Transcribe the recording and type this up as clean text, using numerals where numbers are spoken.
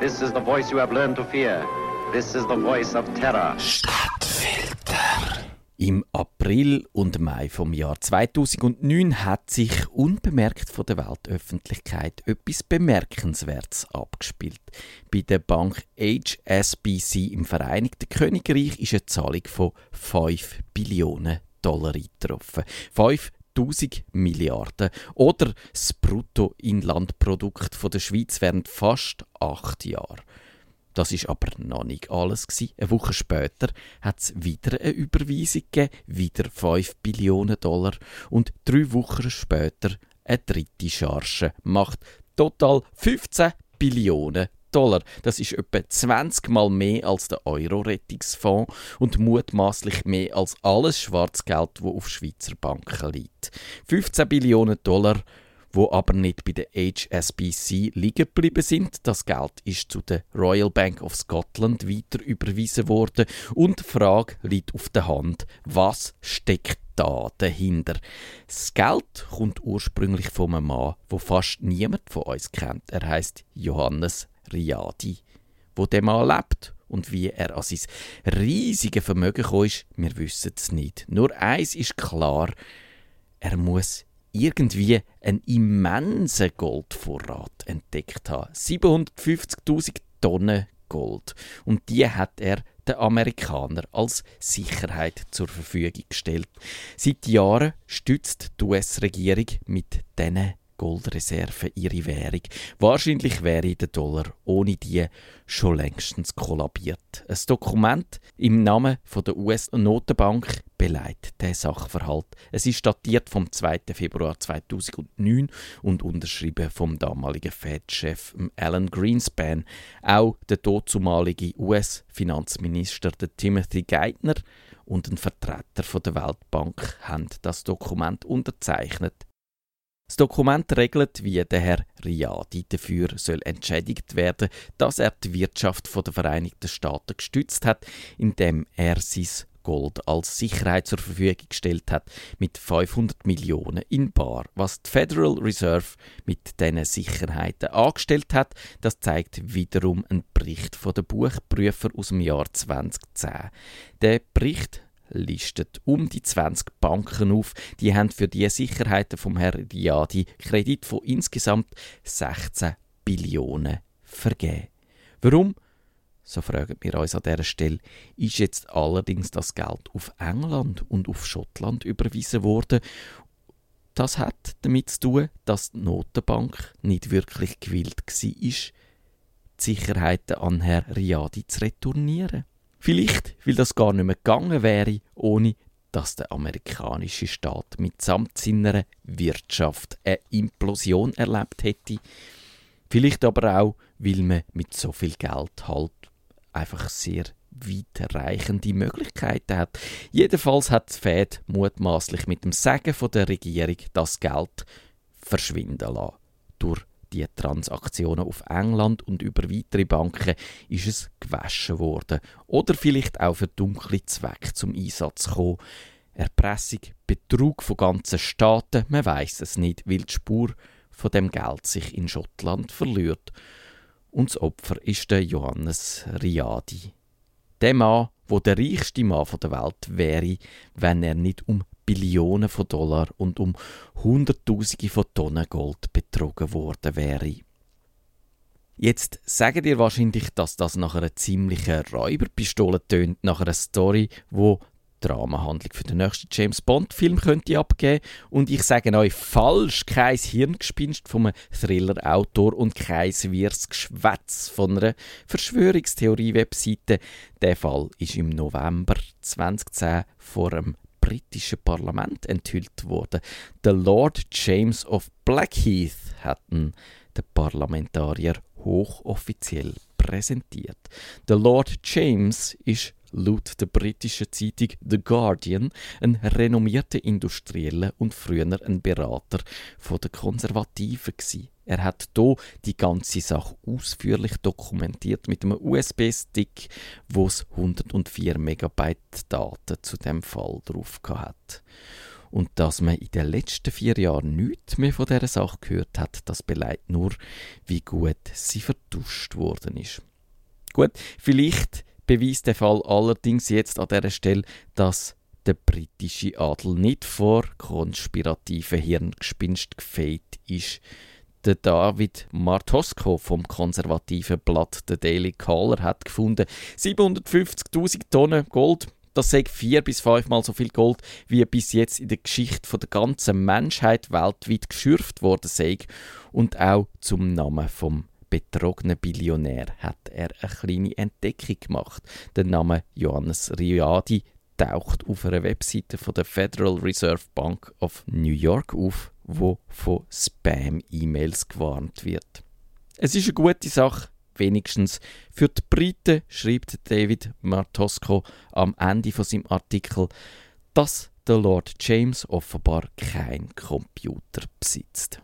This is the voice you have learned to fear. This is the voice of terror. Stadtfilter. Im April und Mai vom Jahr 2009 hat sich unbemerkt von der Weltöffentlichkeit etwas Bemerkenswertes abgespielt. Bei der Bank HSBC im Vereinigten Königreich ist eine Zahlung von 5 Billionen Dollar eingetroffen. 5.000 Milliarden. Oder das Bruttoinlandprodukt der Schweiz während fast 8 Jahren. Das war aber noch nicht alles. Eine Woche später hat es wieder eine Überweisung gegeben, wieder 5 Billionen Dollar. Und 3 Wochen später eine dritte Charge. Macht total 15 Billionen Dollar. Das ist etwa 20 Mal mehr als der Euro-Rettungsfonds und mutmaßlich mehr als alles Schwarzgeld, das auf Schweizer Banken liegt. 15 Billionen Dollar, wo aber nicht bei der HSBC liegen geblieben sind. Das Geld ist zu der Royal Bank of Scotland weiter überwiesen worden. Und die Frage liegt auf der Hand, was steckt da dahinter? Das Geld kommt ursprünglich von einem Mann, den fast niemand von uns kennt. Er heisst Johannes Riady. Wo der Mann lebt und wie er an sein riesiges Vermögen gekommen ist, wir wissen es nicht. Nur eins ist klar, er muss irgendwie einen immensen Goldvorrat entdeckt haben. 750'000 Tonnen Gold. Und die hat er den Amerikanern als Sicherheit zur Verfügung gestellt. Seit Jahren stützt die US-Regierung mit diesen Goldreserven ihre Währung. Wahrscheinlich wäre der Dollar ohne die schon längstens kollabiert. Ein Dokument im Namen der US-Notenbank beleidigt diesen Sachverhalt. Es ist datiert vom 2. Februar 2009 und unterschrieben vom damaligen Fed-Chef Alan Greenspan. Auch der dazumalige US-Finanzminister Timothy Geithner und ein Vertreter der Weltbank haben das Dokument unterzeichnet. Das Dokument regelt, wie der Herr Riady dafür soll entschädigt werden, dass er die Wirtschaft der Vereinigten Staaten gestützt hat, indem er sein Gold als Sicherheit zur Verfügung gestellt hat mit 500 Millionen in bar. Was die Federal Reserve mit diesen Sicherheiten angestellt hat, das zeigt wiederum ein Bericht von den Buchprüfer aus dem Jahr 2010. Der Bericht listet um die 20 Banken auf. Die haben für die Sicherheiten vom Herrn Riady Kredit von insgesamt 16 Billionen vergeben. Warum? So fragen wir uns an dieser Stelle, ist jetzt allerdings das Geld auf England und auf Schottland überwiesen worden. Das hat damit zu tun, dass die Notenbank nicht wirklich gewillt war, die Sicherheiten an Herrn Riady zu retournieren. Vielleicht, weil das gar nicht mehr gegangen wäre, ohne dass der amerikanische Staat mitsamt seiner Wirtschaft eine Implosion erlebt hätte. Vielleicht aber auch, weil man mit so viel Geld halt einfach sehr weitreichende Möglichkeiten hat. Jedenfalls hat die Fed mutmaßlich mit dem Sagen von der Regierung das Geld verschwinden lassen. Durch die Transaktionen auf England und über weitere Banken ist es gewaschen worden. Oder vielleicht auch für dunkle Zwecke zum Einsatz gekommen. Erpressung, Betrug von ganzen Staaten, man weiss es nicht, weil die Spur von dem Geld sich in Schottland verliert. Und das Opfer ist der Johannes Riady. Der Mann, der reichste Mann der Welt wäre, wenn er nicht um Billionen von Dollar und um Hunderttausende von Tonnen Gold betrogen worden wäre. Jetzt sagen ihr wahrscheinlich, dass das nach einer ziemlichen Räuberpistole tönt, nach einer Story, wo Dramahandlung für den nächsten James-Bond-Film könnte abgeben. Und ich sage euch, falsch, kein Hirngespinst von einem Thriller-Autor und kein wirres Geschwätz von einer Verschwörungstheorie-Webseite. Der Fall ist im November 2010 vor einem britischen Parlament enthüllt worden. Der Lord James of Blackheath hat den Parlamentarier hochoffiziell präsentiert. Der Lord James ist laut der britischen Zeitung The Guardian ein renommierter Industrieller und früher ein Berater der Konservativen gsi. Er hat hier die ganze Sache ausführlich dokumentiert mit einem USB-Stick, wo es 104 Megabyte Daten zu dem Fall drauf hat. Und dass man in den letzten 4 Jahren nichts mehr von dieser Sache gehört hat, das beleidigt nur, wie gut sie vertuscht worden ist. Gut, vielleicht beweist der Fall allerdings jetzt an dieser Stelle, dass der britische Adel nicht vor konspirativen Hirngespinst gefeit ist. Der David Martosko vom konservativen Blatt The Daily Caller hat gefunden, 750'000 Tonnen Gold, das sei 4 bis 5 Mal so viel Gold, wie bis jetzt in der Geschichte der ganzen Menschheit weltweit geschürft worden sei. Und auch zum Namen vom betrogenen Billionär hat er eine kleine Entdeckung gemacht. Der Name Johannes Riady taucht auf einer Webseite von der Federal Reserve Bank of New York auf, wo von Spam-E-Mails gewarnt wird. Es ist eine gute Sache, wenigstens für die Briten, schreibt David Martosko am Ende von seinem Artikel, dass der Lord James offenbar kein Computer besitzt.